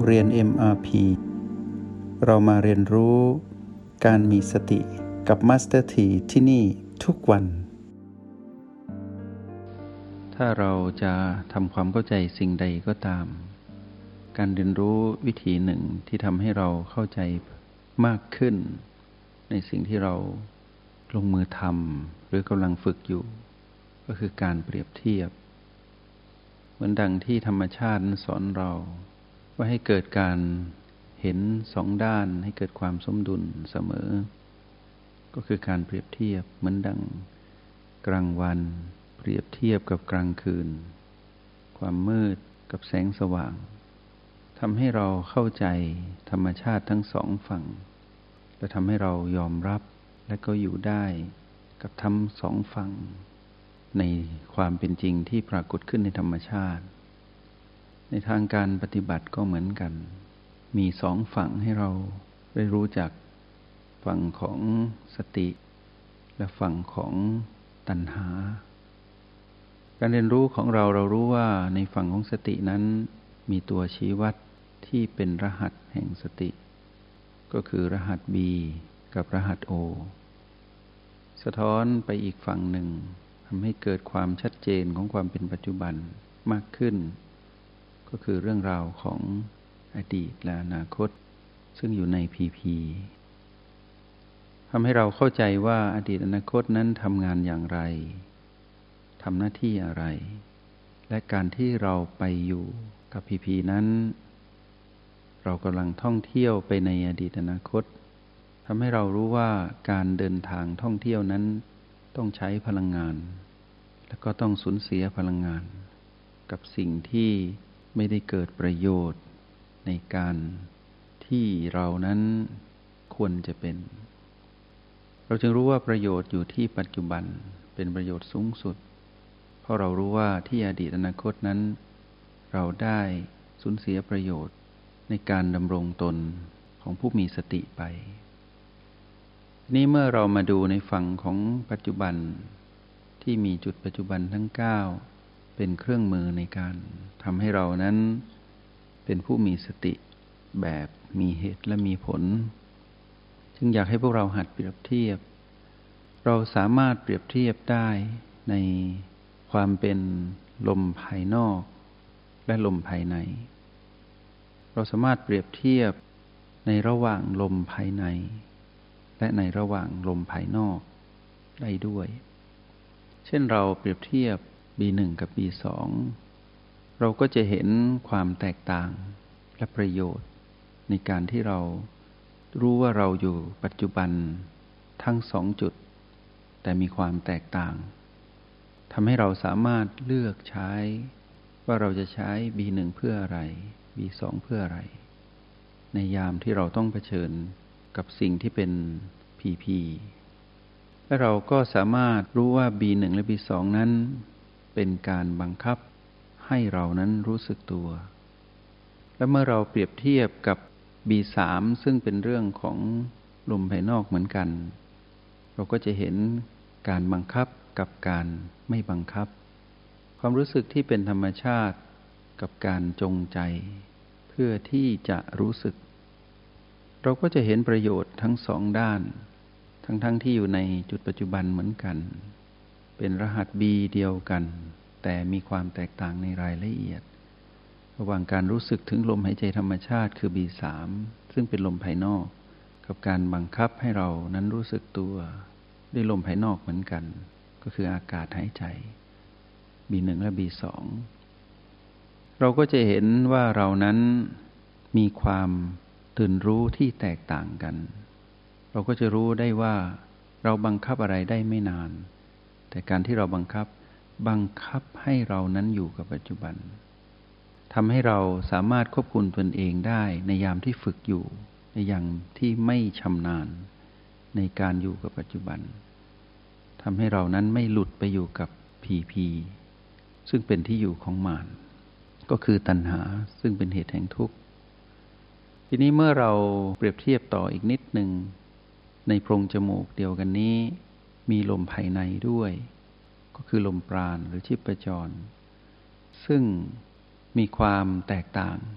เรียน MRP เรามาเรียนรู้การมีสติกับ Master T ที่นี่ทุกวันถ้าเราจะทำความเข้าใจสิ่งใดก็ตามการเรียนรู้วิธีหนึ่งที่ทำให้เราเข้าใจมากขึ้นในสิ่งที่เราลงมือทำหรือกำลังฝึกอยู่ก็คือการเปรียบเทียบเหมือนดังที่ธรรมชาติสอนเราว่าให้เกิดการเห็นสองด้านให้เกิดความสมดุลเสมอก็คือการเปรียบเทียบเหมือนดังกลางวันเปรียบเทียบกับกลางคืนความมืดกับแสงสว่างทำให้เราเข้าใจธรรมชาติทั้งสองฝั่งและทำให้เรายอมรับและก็อยู่ได้กับทั้งสองฝั่งในความเป็นจริงที่ปรากฏขึ้นในธรรมชาติในทางการปฏิบัติก็เหมือนกันมีสองฝั่งให้เราได้รู้จักฝั่งของสติและฝั่งของตัณหาการเรียนรู้ของเรารู้ว่าในฝั่งของสตินั้นมีตัวชี้วัดที่เป็นรหัสแห่งสติก็คือรหัส B กับรหัส O สะท้อนไปอีกฝั่งหนึ่งทำให้เกิดความชัดเจนของความเป็นปัจจุบันมากขึ้นก็คือเรื่องราวของอดีตและอนาคตซึ่งอยู่ใน PP ทำให้เราเข้าใจว่าอดีตอนาคตนั้นทำงานอย่างไรทำหน้าที่อะไรและการที่เราไปอยู่กับ PP นั้นเรากำลังท่องเที่ยวไปในอดีตอนาคตทำให้เรารู้ว่าการเดินทางท่องเที่ยวนั้นต้องใช้พลังงานและก็ต้องสูญเสียพลังงานกับสิ่งที่ไม่ได้เกิดประโยชน์ในการที่เรานั้นควรจะเป็นเราจึงรู้ว่าประโยชน์อยู่ที่ปัจจุบันเป็นประโยชน์สูงสุดเพราะเรารู้ว่าที่อดีตอนาคตนั้นเราได้สูญเสียประโยชน์ในการดำรงตนของผู้มีสติไปนี่เมื่อเรามาดูในฝั่งของปัจจุบันที่มีจุดปัจจุบันทั้ง9เป็นเครื่องมือในการทำให้เรานั้นเป็นผู้มีสติแบบมีเหตุและมีผลจึงอยากให้พวกเราหัดเปรียบเทียบเราสามารถเปรียบเทียบได้ในความเป็นลมภายนอกและลมภายในเราสามารถเปรียบเทียบในระหว่างลมภายในและในระหว่างลมภายนอกได้ด้วยเช่นเราเปรียบเทียบ B1 กับ B2 เราก็จะเห็นความแตกต่างและประโยชน์ในการที่เรารู้ว่าเราอยู่ปัจจุบันทั้ง2จุดแต่มีความแตกต่างทำให้เราสามารถเลือกใช้ว่าเราจะใช้ B1 เพื่ออะไร B2 เพื่ออะไรในยามที่เราต้องเผชิญกับสิ่งที่เป็น PP และเราก็สามารถรู้ว่า B1 และ B2 นั้นเป็นการบังคับให้เรานั้นรู้สึกตัวและเมื่อเราเปรียบเทียบกับ B3 ซึ่งเป็นเรื่องของลมภายนอกเหมือนกันเราก็จะเห็นการบังคับกับการไม่บังคับความรู้สึกที่เป็นธรรมชาติกับการจงใจเพื่อที่จะรู้สึกเราก็จะเห็นประโยชน์ทั้งสองด้านทั้งที่อยู่ในจุดปัจจุบันเหมือนกันเป็นรหัส B เดียวกันแต่มีความแตกต่างในรายละเอียดระหว่างการรู้สึกถึงลมหายใจธรรมชาติคือ B3 ซึ่งเป็นลมภายนอกกับการบังคับให้เรานั้นรู้สึกตัวด้วยลมภายนอกเหมือนกันก็คืออากาศหายใจ B1 และ B2 เราก็จะเห็นว่าเรานั้นมีความตื่นรู้ที่แตกต่างกันเราก็จะรู้ได้ว่าเราบังคับอะไรได้ไม่นานแต่การที่เราบังคับให้เรานั้นอยู่กับปัจจุบันทำให้เราสามารถควบคุมตนเองได้ในยามที่ฝึกอยู่ในยามที่ไม่ชำนาญในการอยู่กับปัจจุบันทำให้เรานั้นไม่หลุดไปอยู่กับ PP ซึ่งเป็นที่อยู่ของมารก็คือตัณหาซึ่งเป็นเหตุแห่งทุกข์ทีนี้เมื่อเราเปรียบเทียบต่ออีกนิดหนึ่งในโพรงจมูกเดียวกันนี้มีลมภายในด้วยก็คือลมปราณหรือชีพจรซึ่งมีความแตกต่าง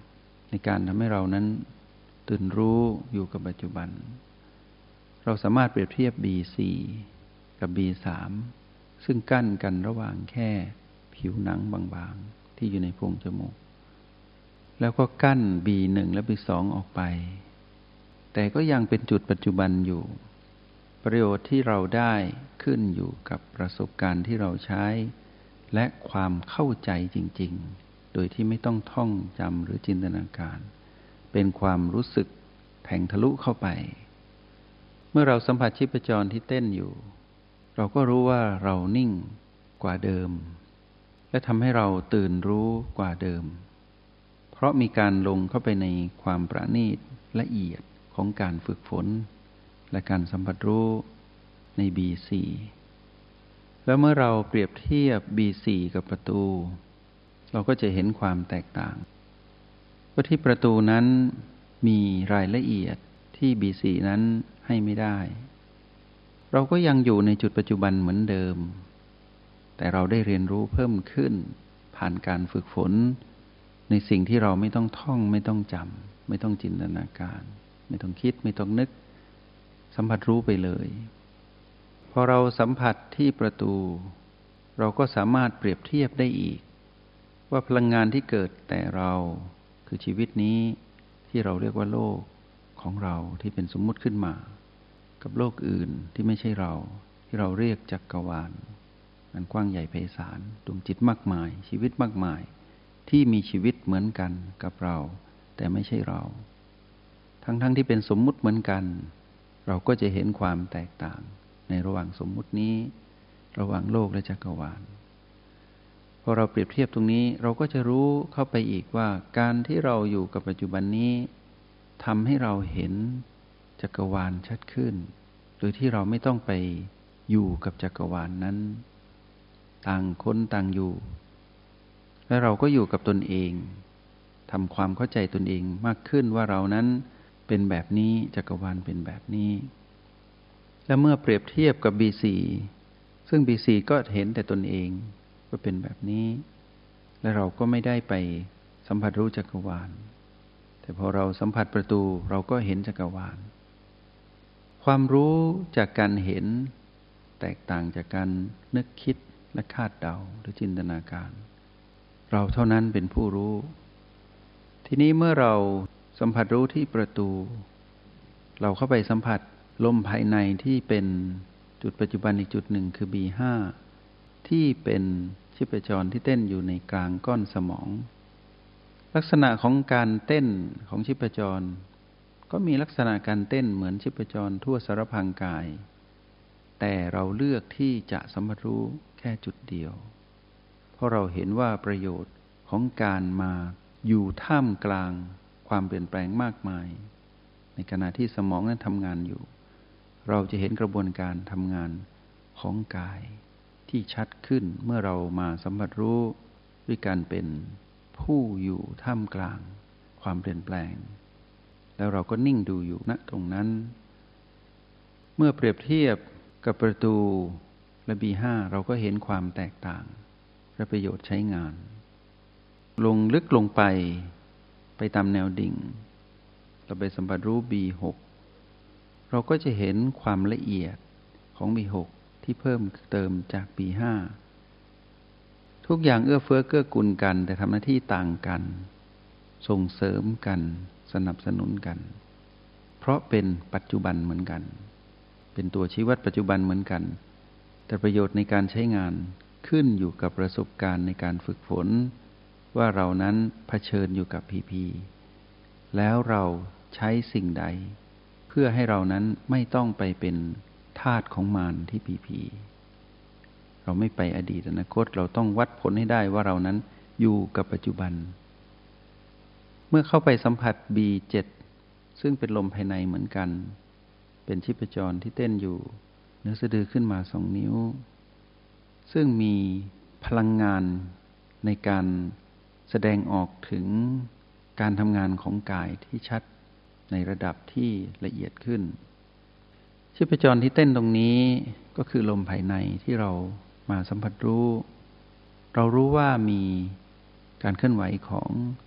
ในการทำให้เรานั้นตื่นรู้อยู่กับปัจจุบันเราสามารถเปรียบเทียบ B4 กับ B3 ซึ่งกั้นกันระหว่างแค่ผิวหนังบางๆที่อยู่ในโพรงจมูกแล้วก็กั้น B1 และ B2 ออกไปแต่ก็ยังเป็นจุดปัจจุบันอยู่ประโยชน์ที่เราได้ขึ้นอยู่กับประสบการณ์ที่เราใช้และความเข้าใจจริงๆโดยที่ไม่ต้องท่องจำหรือจินตนาการเป็นความรู้สึกแทงทะลุเข้าไปเมื่อเราสัมผัสชีพจรที่เต้นอยู่เราก็รู้ว่าเรานิ่งกว่าเดิมและทำให้เราตื่นรู้กว่าเดิมเพราะมีการลงเข้าไปในความประณีตละเอียดของการฝึกฝนและการสัมผัสรู้ใน B4 แล้วเมื่อเราเปรียบเทียบ B4 กับประตูเราก็จะเห็นความแตกต่างว่าที่ประตูนั้นมีรายละเอียดที่ B4 นั้นให้ไม่ได้เราก็ยังอยู่ในจุดปัจจุบันเหมือนเดิมแต่เราได้เรียนรู้เพิ่มขึ้นผ่านการฝึกฝนในสิ่งที่เราไม่ต้องท่องไม่ต้องจำไม่ต้องจินตนาการไม่ต้องคิดไม่ต้องนึกสัมผัสรู้ไปเลยพอเราสัมผัสที่ประตูเราก็สามารถเปรียบเทียบได้อีกว่าพลังงานที่เกิดแต่เราคือชีวิตนี้ที่เราเรียกว่าโลกของเราที่เป็นสมมุติขึ้นมากับโลกอื่นที่ไม่ใช่เราที่เราเรียกจักรวาลมันกว้างใหญ่ไพศาลดวงจิตมากมายชีวิตมากมายที่มีชีวิตเหมือนกันกับเราแต่ไม่ใช่เราทั้งที่เป็นสมมุติเหมือนกันเราก็จะเห็นความแตกต่างในระหว่างสมมุตินี้ระหว่างโลกและจักรวาลพอเราเปรียบเทียบตรงนี้เราก็จะรู้เข้าไปอีกว่าการที่เราอยู่กับปัจจุบันนี้ทำให้เราเห็นจักรวาลชัดขึ้นโดยที่เราไม่ต้องไปอยู่กับจักรวาลนั้นต่างคนต่างอยู่และเราก็อยู่กับตนเองทำความเข้าใจตนเองมากขึ้นว่าเรานั้นเป็นแบบนี้จักรวาลเป็นแบบนี้และเมื่อเปรียบเทียบกับ B4 ซึ่ง B4 ก็เห็นแต่ตนเองว่าเป็นแบบนี้และเราก็ไม่ได้ไปสัมผัสรู้จักรวาลแต่พอเราสัมผัสประตูเราก็เห็นจักรวาลความรู้จากการเห็นแตกต่างจากการนึกคิดและคาดเดาหรือจินตนาการเราเท่านั้นเป็นผู้รู้ทีนี้เมื่อเราสัมผัสรู้ที่ประตูเราเข้าไปสัมผัสลมภายในที่เป็นจุดปัจจุบันอีกจุดหนึ่งคือ B5 ที่เป็นชีพจรที่เต้นอยู่ในกลางก้อนสมองลักษณะของการเต้นของชีพจรก็มีลักษณะการเต้นเหมือนชีพจรทั่วสารพางกายแต่เราเลือกที่จะสัมผัสรู้แค่จุดเดียวเพราะเราเห็นว่าประโยชน์ของการมาอยู่ท่ามกลางความเปลี่ยนแปลงมากมายในขณะที่สมองนั้นทำงานอยู่เราจะเห็นกระบวนการทำงานของกายที่ชัดขึ้นเมื่อเรามาสัมผัสรู้ด้วยการเป็นผู้อยู่ท่ามกลางความเปลี่ยนแปลงแล้วเราก็นิ่งดูอยู่ณตรงนั้นเมื่อเปรียบเทียบกับประตูและ B5 เราก็เห็นความแตกต่างและประโยชน์ใช้งานลงลึกลงไปตามแนวดิ่งเราไปสัมผัสรู้ B6 เราก็จะเห็นความละเอียดของ B6 ที่เพิ่มเติมจาก B5 ทุกอย่างเอื้อเฟื้อเกื้อกูลกันแต่ทำหน้าที่ต่างกันส่งเสริมกันสนับสนุนกันเพราะเป็นปัจจุบันเหมือนกันเป็นตัวชี้วัดปัจจุบันเหมือนกันแต่ประโยชน์ในการใช้งานขึ้นอยู่กับประสบการณ์ในการฝึกฝนว่าเรานั้นเผชิญอยู่กับพี แล้วเราใช้สิ่งใดเพื่อให้เรานั้นไม่ต้องไปเป็นทาสของมารที่พี เราไม่ไปอดีตอนาคตเราต้องวัดผลให้ได้ว่าเรานั้นอยู่กับปัจจุบันเมื่อเข้าไปสัมผัส B7 ซึ่งเป็นลมภายในเหมือนกันเป็นชีพจรที่เต้นอยู่เหนือสะดือขึ้นมา2 นิ้วซึ่งมีพลังงานในการแสดงออกถึงการทำงานของกายที่ชัดในระดับที่ละเอียดขึ้นชีพจรที่เต้นตรงนี้ก็คือลมภายในที่เรามาสัมผัสรู้เรารู้ว่ามีการเคลื่อนไหวของ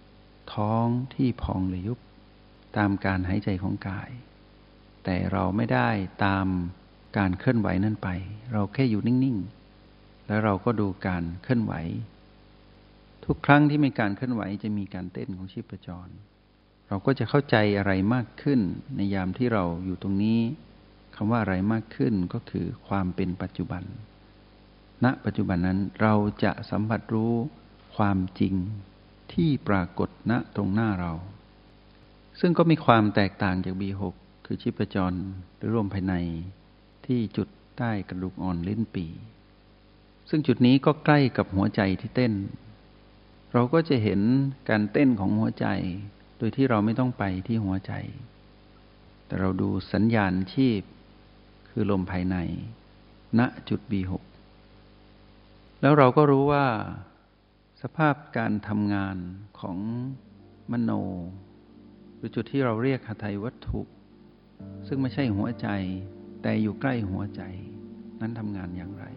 ท้องที่พองหรือยุบตามการหายใจของกายแต่เราไม่ได้ตามการเคลื่อนไหวนั่นไปเราแค่อยู่นิ่งๆแล้วเราก็ดูการเคลื่อนไหวทุกครั้งที่มีการเคลื่อนไหวจะมีการเต้นของชีพจรเราก็จะเข้าใจอะไรมากขึ้นในยามที่เราอยู่ตรงนี้คำว่าอะไรมากขึ้นก็คือความเป็นปัจจุบันณปัจจุบันนั้นเราจะสัมผัสรู้ความจริงที่ปรากฏณตรงหน้าเราซึ่งก็มีความแตกต่างจาก B6 คือชีพจรหรือลมภายในที่จุดใต้กระดูกอ่อนลิ้นปี่ซึ่งจุดนี้ก็ใกล้กับหัวใจที่เต้นเราก็จะเห็นการเต้นของหัวใจโดยที่เราไม่ต้องไปที่หัวใจแต่เราดูสัญญาณชีพคือลมภายในณจุด B6 แล้วเราก็รู้ว่าสภาพการทำงานของมโนหรือจุดที่เราเรียกหทัยวัตถุซึ่งไม่ใช่หัวใจแต่อยู่ใกล้หัวใจนั้นทำงานอย่างไร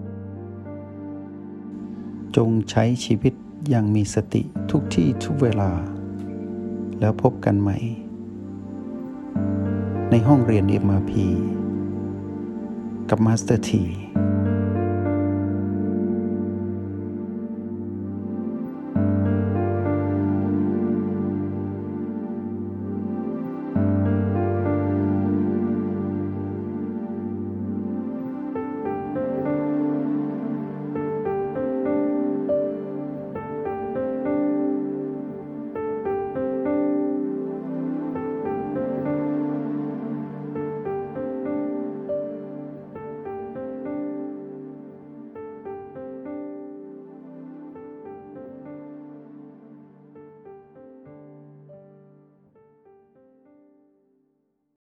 จงใช้ชีวิตอย่างมีสติทุกที่ทุกเวลาแล้วพบกันใหม่ในห้องเรียน MRP กับมาสเตอร์ที